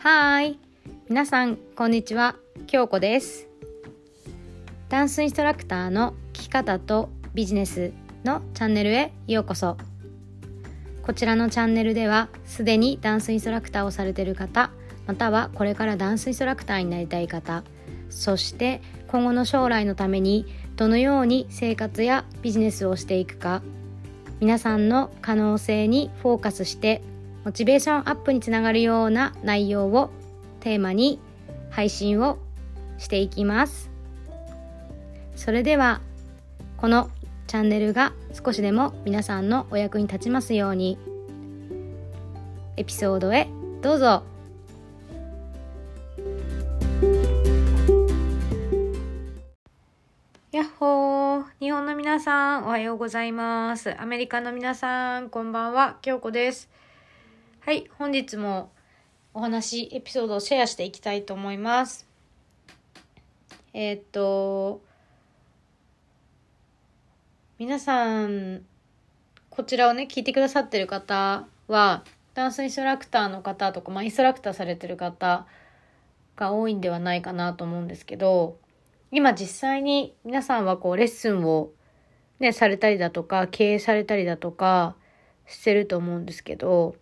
はーい、皆さんこんにちは、京子です。ダンスインストラクターの生き方とビジネスのチャンネルへようこそ。こちらのチャンネルではすでにダンスインストラクターをされている方、またはこれからダンスインストラクターになりたい方、そして今後の将来のためにどのように生活やビジネスをしていくか、皆さんの可能性にフォーカスしてモチベーションアップにつながるような内容をテーマに配信をしていきます。それではこのチャンネルが少しでも皆さんのお役に立ちますように、エピソードへどうぞ。やっほー、日本の皆さんおはようございます。アメリカの皆さんこんばんは、京子です。はい、本日もお話エピソードをシェアしていきたいと思います。皆さんこちらをね聞いてくださってる方はダンスインストラクターの方とか、インストラクターされてる方が多いんではないかなと思うんですけど、今実際に皆さんはレッスンをねされたりだとか経営されたりだとかしてると思うんですけど、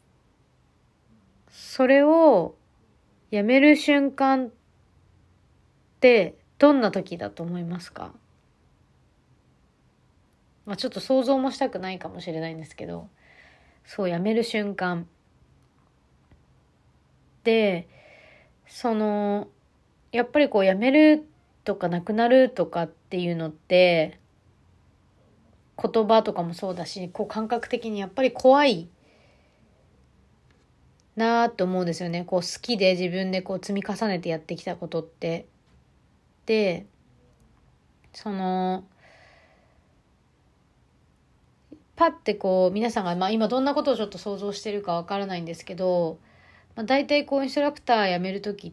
それをやめる瞬間ってどんな時だと思いますか？ちょっと想像もしたくないかもしれないんですけど、そうやめる瞬間で、やっぱりやめるとかなくなるとかっていうのって言葉とかもそうだし、感覚的にやっぱり怖いなと思うんですよね。好きで自分で積み重ねてやってきたことって。で、パッて皆さんが、今どんなことをちょっと想像してるかわからないんですけど、大体インストラクター辞める時って、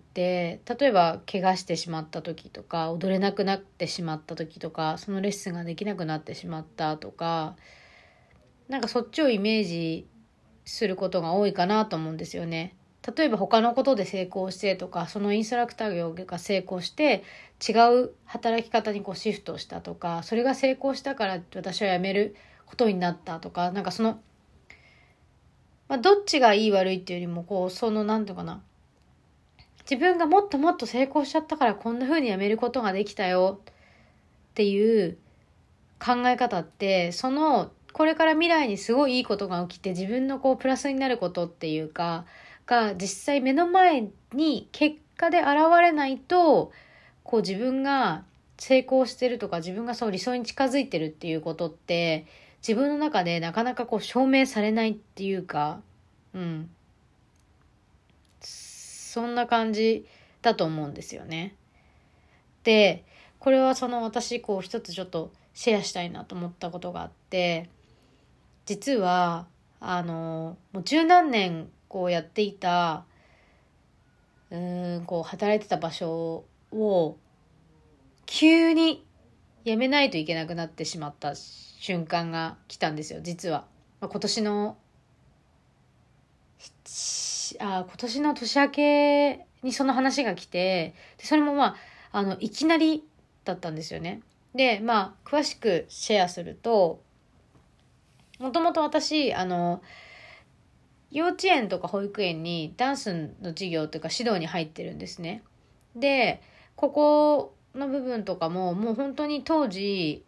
例えば怪我してしまった時とか、踊れなくなってしまった時とか、そのレッスンができなくなってしまったとか、そっちをイメージすることが多いかなと思うんですよね。例えば他のことで成功してとか、そのインストラクター業が成功して違う働き方にシフトしたとか、それが成功したから私は辞めることになったとか、どっちがいい悪いっていうよりもなんていうかな、自分がもっともっと成功しちゃったからこんな風に辞めることができたよっていう考え方って、これから未来にすごいいいことが起きて自分のプラスになることっていうかが実際目の前に結果で現れないと、自分が成功してるとか自分が理想に近づいてるっていうことって自分の中でなかなか証明されないっていうか、そんな感じだと思うんですよね。で、これは私一つちょっとシェアしたいなと思ったことがあって、実はもう十何年やっていた働いてた場所を急に辞めないといけなくなってしまった瞬間が来たんですよ、実は。今年の年明けにその話が来て、でそれもいきなりだったんですよね。で、詳しくシェアすると、もともと私幼稚園とか保育園にダンスの授業というか指導に入ってるんですね。で、ここの部分とかももう本当に当時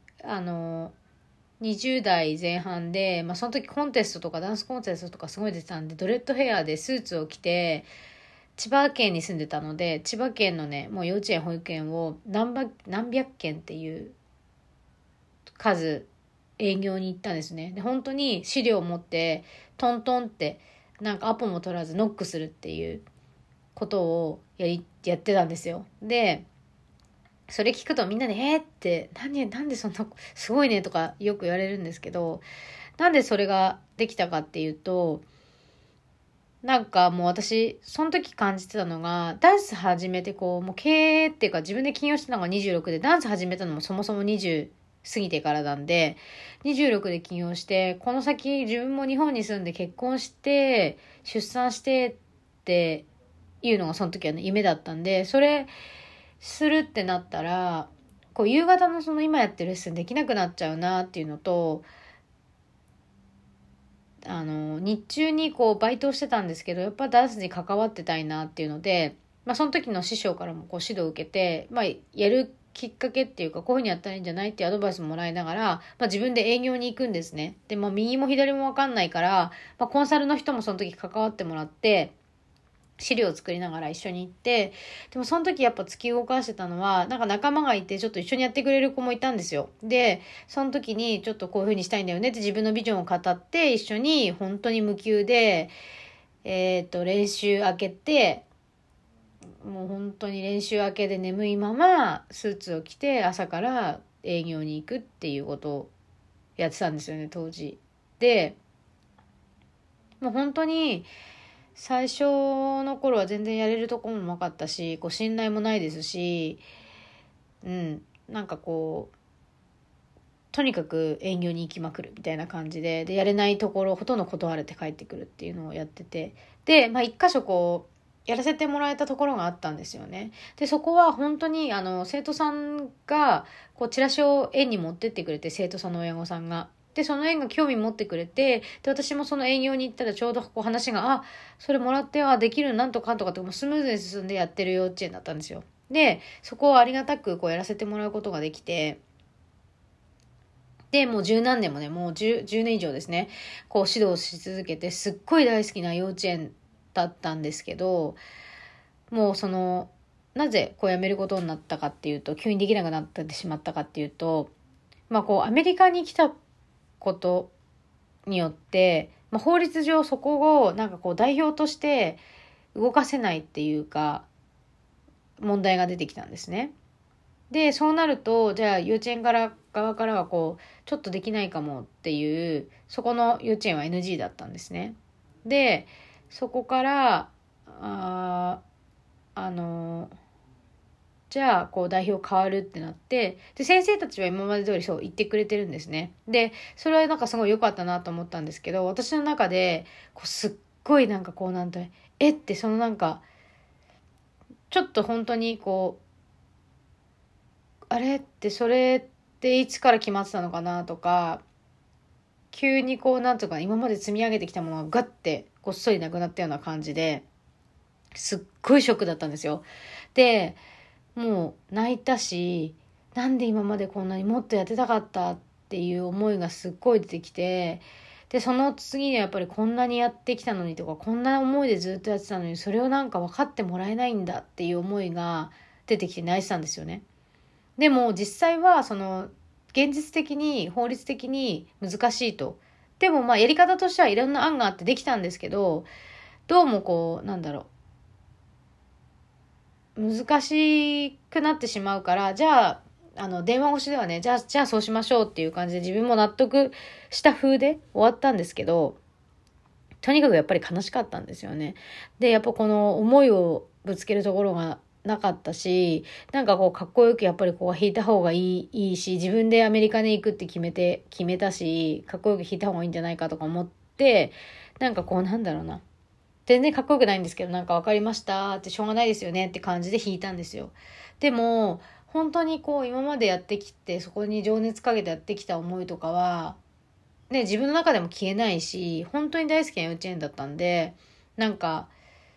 20代前半で、その時コンテストとかダンスコンテストとかすごい出てたんで、ドレッドヘアでスーツを着て、千葉県に住んでたので、千葉県のね、もう幼稚園保育園を何百件っていう数営業に行ったんですね。で、本当に資料を持ってトントンってアポも取らずノックするっていうことをやってたんですよ。で、それ聞くとみんなでってなんでそんなすごいねとかよく言われるんですけど、なんでそれができたかっていうと、もう私その時感じてたのが、ダンス始めてもう経営っていうか自分で起業したのが26で、ダンス始めたのもそもそも20過ぎてからなんで、26で起業して、この先自分も日本に住んで結婚して出産してっていうのがその時はね、夢だったんで、それするってなったら、こう夕方のその今やってるレッスンできなくなっちゃうなっていうのと、日中にこうバイトをしてたんですけど、やっぱダンスに関わってたいなっていうので、その時の師匠からもこう指導を受けて、やるきっかけっていうか、こういうふうにやったらいいんじゃないっていうアドバイスもらいながら、自分で営業に行くんですね。で、右も左もわかんないから、コンサルの人もその時関わってもらって、資料を作りながら一緒に行って、でもその時やっぱ突き動かしてたのは、なんか仲間がいてちょっと一緒にやってくれる子もいたんですよ。で、その時にちょっとこういう風にしたいんだよねって自分のビジョンを語って一緒に本当に無給で、練習明けて、もう本当に練習明けで眠いままスーツを着て朝から営業に行くっていうことをやってたんですよね、当時。で、もう本当に、最初の頃は全然やれるところもなかったし、こう信頼もないですし、なんかこう、とにかく営業に行きまくるみたいな感じで、やれないところほとんど断れて帰ってくるっていうのをやってて、で、一箇所こう、やらせてもらえたところがあったんですよね。で、そこは本当に、生徒さんが、こう、チラシを園に持ってってくれて、生徒さんの親御さんが。で、その園が興味持ってくれて、で、私もその営業に行ったらちょうどこう話が、それもらって、できるなんとかとかってもうスムーズに進んでやってる幼稚園だったんですよ。で、そこをありがたくこうやらせてもらうことができて、で、もう十何年もね、もう10年以上ですね、こう指導し続けて、すっごい大好きな幼稚園だったんですけど、もうなぜこう辞めることになったかっていうと、急にできなくなってしまったかっていうと、こうアメリカに来たことによって、法律上そこをなんかこう代表として動かせないっていうか、問題が出てきたんですね。で、そうなると、じゃあ幼稚園側からはこう、ちょっとできないかもっていう、そこの幼稚園は NG だったんですね。で、そこから、じゃあ、こう代表変わるってなって、で、先生たちは今まで通りそう言ってくれてるんですね。で、それはなんかすごい良かったなと思ったんですけど、私の中で、こうすっごいなんかこうなんて、ってそのなんか、ちょっと本当にこう、あれってそれっていつから決まってたのかなとか、急にこうなんとか今まで積み上げてきたものがガッてごっそりなくなったような感じで、すっごいショックだったんですよ。で、もう泣いたし、なんで今までこんなにもっとやってたかったっていう思いがすっごい出てきて、で、その次にやっぱりこんなにやってきたのにとか、こんな思いでずっとやってたのに、それをなんか分かってもらえないんだっていう思いが出てきて泣いてたんですよね。でも実際は現実的に法律的に難しいと。でもやり方としてはいろんな案があってできたんですけど、どうもこう、難しくなってしまうから、じゃあ、電話越しではね、じゃあそうしましょうっていう感じで自分も納得した風で終わったんですけど、とにかくやっぱり悲しかったんですよね。で、やっぱこの思いをぶつけるところがなかったし、なんかこうかっこよくやっぱりこう弾いた方がいいし、自分でアメリカに行くって決めたし、かっこよく弾いた方がいいんじゃないかとか思って、なんかこう全然かっこよくないんですけど、なんかわかりましたってしょうがないですよねって感じで弾いたんですよ。でも、本当にこう今までやってきて、そこに情熱かけてやってきた思いとかは、ね、自分の中でも消えないし、本当に大好きな幼稚園だったんで、なんか、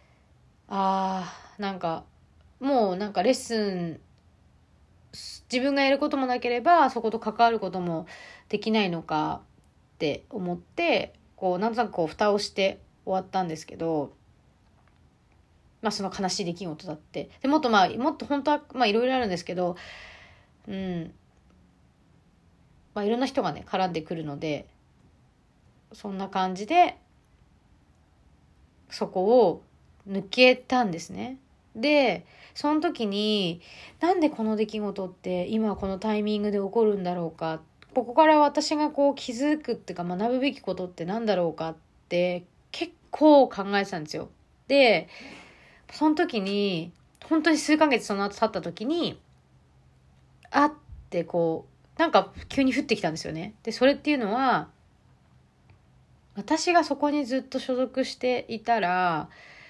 なんか、もうなんかレッスン、自分がやることもなければ、そこと関わることもできないのかって思って、こう、なんとなくこう、蓋をして終わったんですけど、その悲しい出来事だって。で、もっと本当はいろいろあるんですけど、いろんな人がね、絡んでくるので、そんな感じで、そこを抜けたんですね。で、その時に、なんでこの出来事って今このタイミングで起こるんだろうか。ここから私がこう気づくっていうか学ぶべきことってなんだろうかって結構考えてたんですよ。で、その時に、本当に数ヶ月その後経った時に、ってこう、なんか急に降ってきたんですよね。で、それっていうのは、私がそこにずっと所属していたら、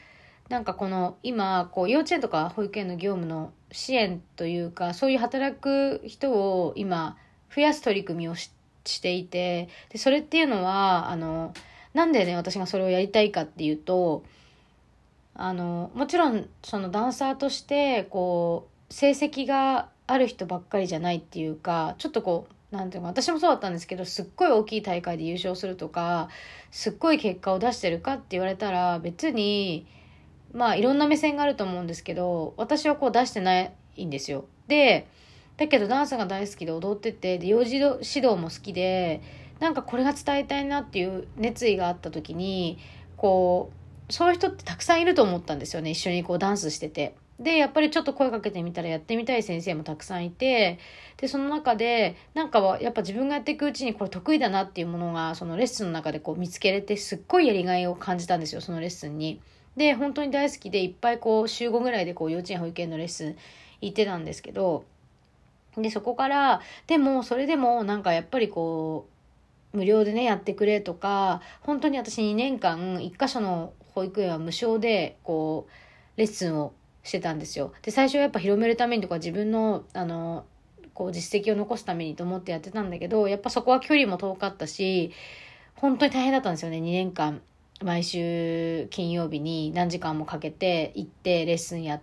なんかこの今こう幼稚園とか保育園の業務の支援というか、そういう働く人を今増やす取り組みをしていて、でそれっていうのはなんでね私がそれをやりたいかっていうと、もちろんそのダンサーとしてこう成績がある人ばっかりじゃないっていうか、ちょっとこうなんていうか、私もそうだったんですけど、すっごい大きい大会で優勝するとかすっごい結果を出してるかって言われたら、別にまあいろんな目線があると思うんですけど、私はこう出してないんですよ。でだけどダンスが大好きで踊ってて、で幼児指導も好きで、なんかこれが伝えたいなっていう熱意があった時に、こうそういう人ってたくさんいると思ったんですよね、一緒にこうダンスしてて。でやっぱりちょっと声かけてみたらやってみたい先生もたくさんいて、でその中でなんかはやっぱ自分がやっていくうちにこれ得意だなっていうものがそのレッスンの中でこう見つけれて、すっごいやりがいを感じたんですよ、そのレッスンに。で本当に大好きで、いっぱいこう週5ぐらいでこう幼稚園保育園のレッスン行ってたんですけど、でそこからでもそれでもなんかやっぱりこう無料でねやってくれとか、本当に私2年間一箇所の保育園は無償でこうレッスンをしてたんですよ。で最初はやっぱ広めるためにとか、自分のこう実績を残すためにと思ってやってたんだけど、やっぱそこは距離も遠かったし、本当に大変だったんですよね。2年間毎週金曜日に何時間もかけて行ってレッスンやって、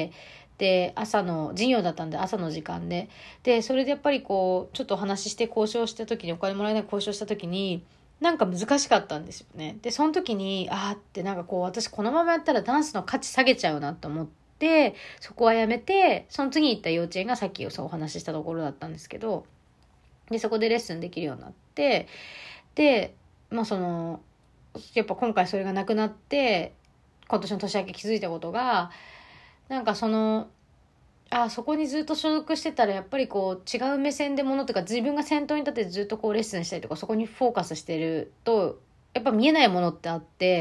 で朝の授業だったんで朝の時間でそれでやっぱりこうちょっとお話しして交渉した時に、お金もらえない交渉した時になんか難しかったんですよね。でその時にってなんかこう私このままやったらダンスの価値下げちゃうなと思って、そこはやめて、その次行った幼稚園がさっきお話ししたところだったんですけど、でそこでレッスンできるようになって、でまあやっぱ今回それがなくなって、今年の年明け気づいたことが、なんかそこにずっと所属してたらやっぱりこう違う目線でものとか、自分が先頭に立ってずっとこうレッスンしたりとか、そこにフォーカスしてるとやっぱ見えないものってあって、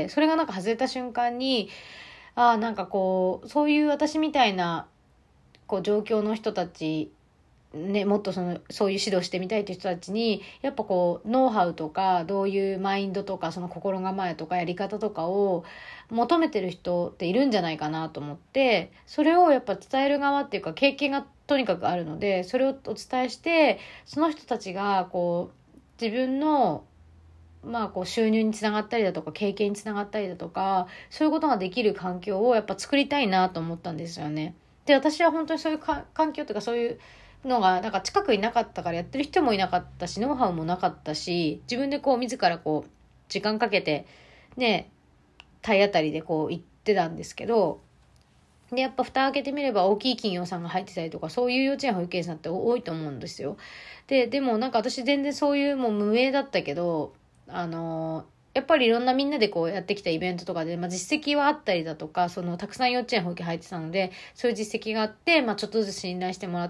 それがなんか外れた瞬間に、なんかこうそういう私みたいなこう状況の人たちね、もっとそういう指導してみたいという人たちにやっぱこうノウハウとか、どういうマインドとかその心構えとかやり方とかを求めてる人っているんじゃないかなと思って、それをやっぱ伝える側っていうか経験がとにかくあるので、それをお伝えして、その人たちがこう自分のこう収入につながったりだとか経験につながったりだとか、そういうことができる環境をやっぱ作りたいなと思ったんですよね。で私は本当にそういう環境というか、そういうのがなんか近くになかったから、やってる人もいなかったしノウハウもなかったし、自分でこう自らこう時間かけてね体当たりでこう行ってたんですけど、でやっぱ蓋開けてみれば大きい企業さんが入ってたりとか、そういう幼稚園保育園さんって多いと思うんですよ。でもなんか私全然そういうもう無名だったけど、やっぱりいろんなみんなでこうやってきたイベントとかで、実績はあったりだとか、たくさん幼稚園保育園入ってたので、そういう実績があって、ちょっとずつ信頼してもらって、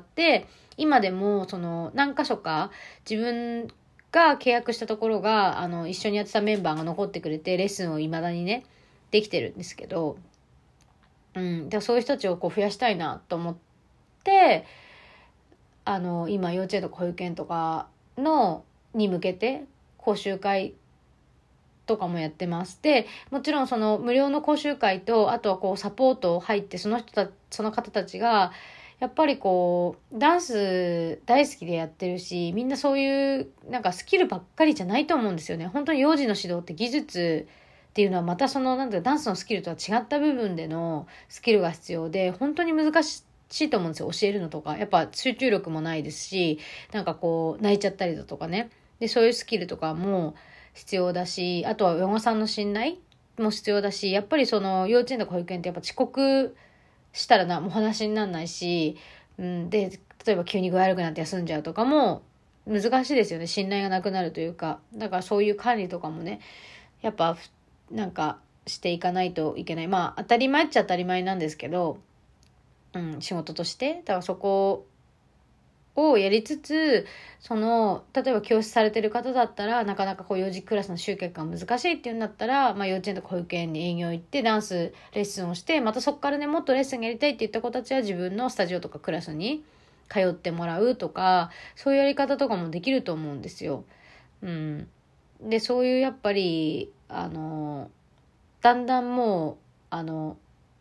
今でも何箇所か自分が契約したところが一緒にやってたメンバーが残ってくれて、レッスンを未だにねできてるんですけど、でそういう人たちをこう増やしたいなと思って、今幼稚園とか保育園とかに向けて講習会とかもやってます。でもちろんその無料の講習会と、あとはこうサポート入って、その方たちがやっぱりこうダンス大好きでやってるし、みんなそういうなんかスキルばっかりじゃないと思うんですよね。本当に幼児の指導って技術っていうのはまたなんだダンスのスキルとは違った部分でのスキルが必要で、本当に難しいと思うんですよ、教えるのとか。やっぱ集中力もないですし、なんかこう泣いちゃったりだとかね。でそういうスキルとかも必要だし、あとは親御さんの信頼も必要だし、やっぱり幼稚園とか保育園ってやっぱ遅刻したらもう話にならないし、で例えば急に具合悪くなって休んじゃうとかも難しいですよね。信頼がなくなるというか。だからそういう管理とかもね、やっぱなんかしていかないといけない。当たり前っちゃ当たり前なんですけど、仕事として。だからそこをやりつつ、例えば教室されてる方だったら、なかなかこう幼児クラスの集客が難しいっていうんだったら、幼稚園とか保育園に営業行ってダンスレッスンをして、またそこからねもっとレッスンやりたいって言った子たちは自分のスタジオとかクラスに通ってもらうとか、そういうやり方とかもできると思うんですよ。でそういうやっぱりだんだんもう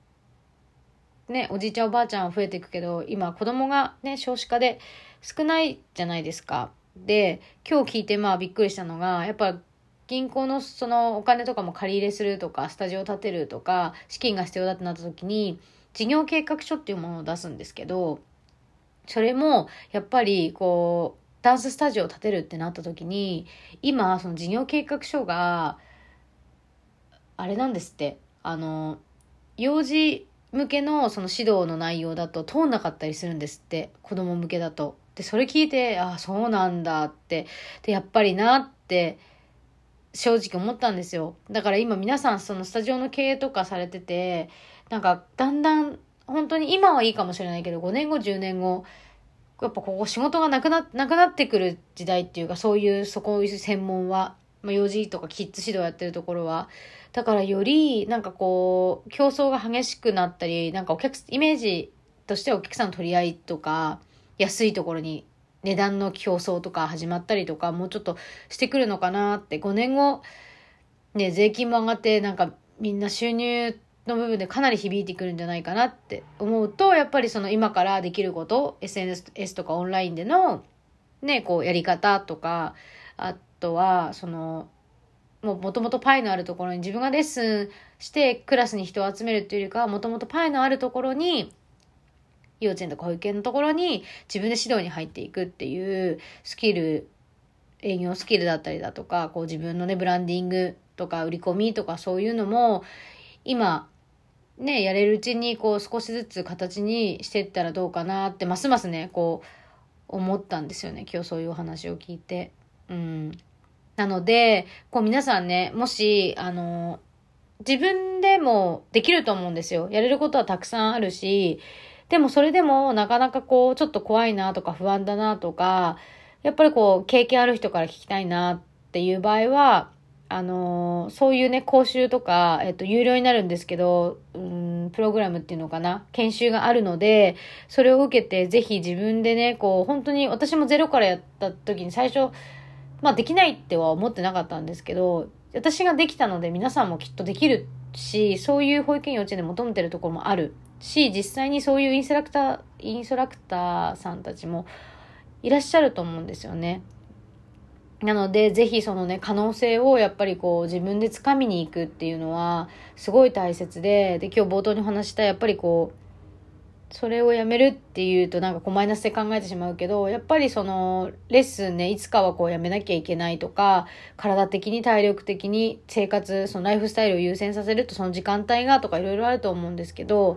ね、おじいちゃんおばあちゃんは増えていくけど、今子供がね、少子化で少ないじゃないですか。で、今日聞いてびっくりしたのが、やっぱ銀行のそのお金とかも借り入れするとか、スタジオを建てるとか、資金が必要だってなった時に、事業計画書っていうものを出すんですけど、それもやっぱりこう、ダンススタジオを建てるってなった時に、今その事業計画書が、あれなんですって、幼児向けのその指導の内容だと通んなかったりするんですって、子供向けだと。で、それ聞いて、あ、そうなんだって。で、やっぱりなって正直思ったんですよ。だから今皆さんそのスタジオの経営とかされてて、なんかだんだん本当に今はいいかもしれないけど、5年後、10年後、やっぱここ仕事がなくなってくる時代っていうか、そういうそこいう専門は、幼児とかキッズ指導やってるところは、だからよりなんかこう競争が激しくなったり、なんかイメージとしてお客さんの取り合いとか、安いところに値段の競争とか始まったりとか、もうちょっとしてくるのかなって。5年後ね、税金も上がって、なんかみんな収入の部分でかなり響いてくるんじゃないかなって思うと、やっぱりその今からできること、SNS とかオンラインでのね、こうやり方とか、あとはそのもともとパイのあるところに自分がレッスンしてクラスに人を集めるっていうよりかは、もともとパイのあるところに、幼稚園とか保育園のところに自分で指導に入っていくっていうスキル、営業スキルだったりだとか、こう自分のね、ブランディングとか売り込みとかそういうのも今ね、やれるうちにこう少しずつ形にしていったらどうかなって、ますますね、こう思ったんですよね。今日そういうお話を聞いて。なので、こう皆さんね、もし、自分でもできると思うんですよ。やれることはたくさんあるし、でもそれでもなかなかこう、ちょっと怖いなとか不安だなとか、やっぱりこう、経験ある人から聞きたいなっていう場合は、そういうね、講習とか、有料になるんですけど、プログラムっていうのかな、研修があるので、それを受けて、ぜひ自分でね、こう、本当に私もゼロからやった時に最初、できないっては思ってなかったんですけど、私ができたので皆さんもきっとできるし、そういう保育園幼稚園で求めてるところもあるし、実際にそういうインストラクターさんたちもいらっしゃると思うんですよね。なので、ぜひそのね、可能性をやっぱりこう自分で掴みに行くっていうのはすごい大切で、今日冒頭にお話したやっぱりこう、それをやめるっていうとなんかこうマイナスで考えてしまうけど、やっぱりそのレッスンね、いつかはこうやめなきゃいけないとか、体的に体力的に生活、そのライフスタイルを優先させるとその時間帯がとかいろいろあると思うんですけど、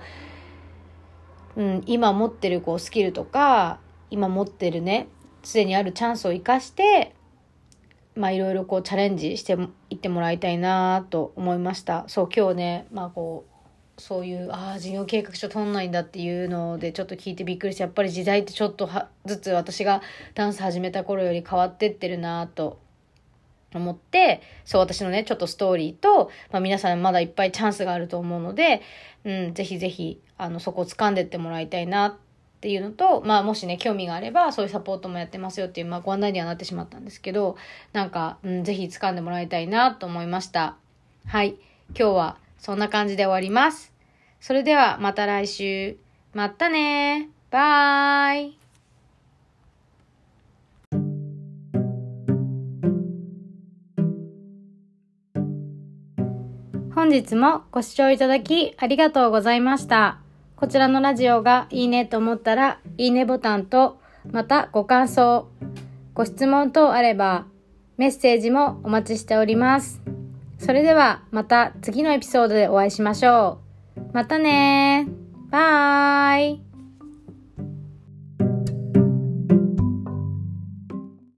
今持ってるこうスキルとか、今持ってるね、すでにあるチャンスを生かして、いろいろこうチャレンジしていってもらいたいなと思いました。そう、今日ね、そういう事業計画書取んないんだっていうのでちょっと聞いてびっくりして、やっぱり時代ってちょっとずつ私がダンス始めた頃より変わってってるなと思って、そう、私のねちょっとストーリーと、皆さんまだいっぱいチャンスがあると思うので、ぜひぜひそこを掴んでってもらいたいなっていうのと、もしね興味があればそういうサポートもやってますよっていうご案内にはなってしまったんですけど、なんか、ぜひ掴んでもらいたいなと思いました。はい、今日はそんな感じで終わります。それではまた来週。またね。バイ。本日もご視聴いただきありがとうございました。こちらのラジオがいいねと思ったら、いいねボタンと、またご感想、ご質問等あれば、メッセージもお待ちしております。それではまた次のエピソードでお会いしましょう。またねー。バイ。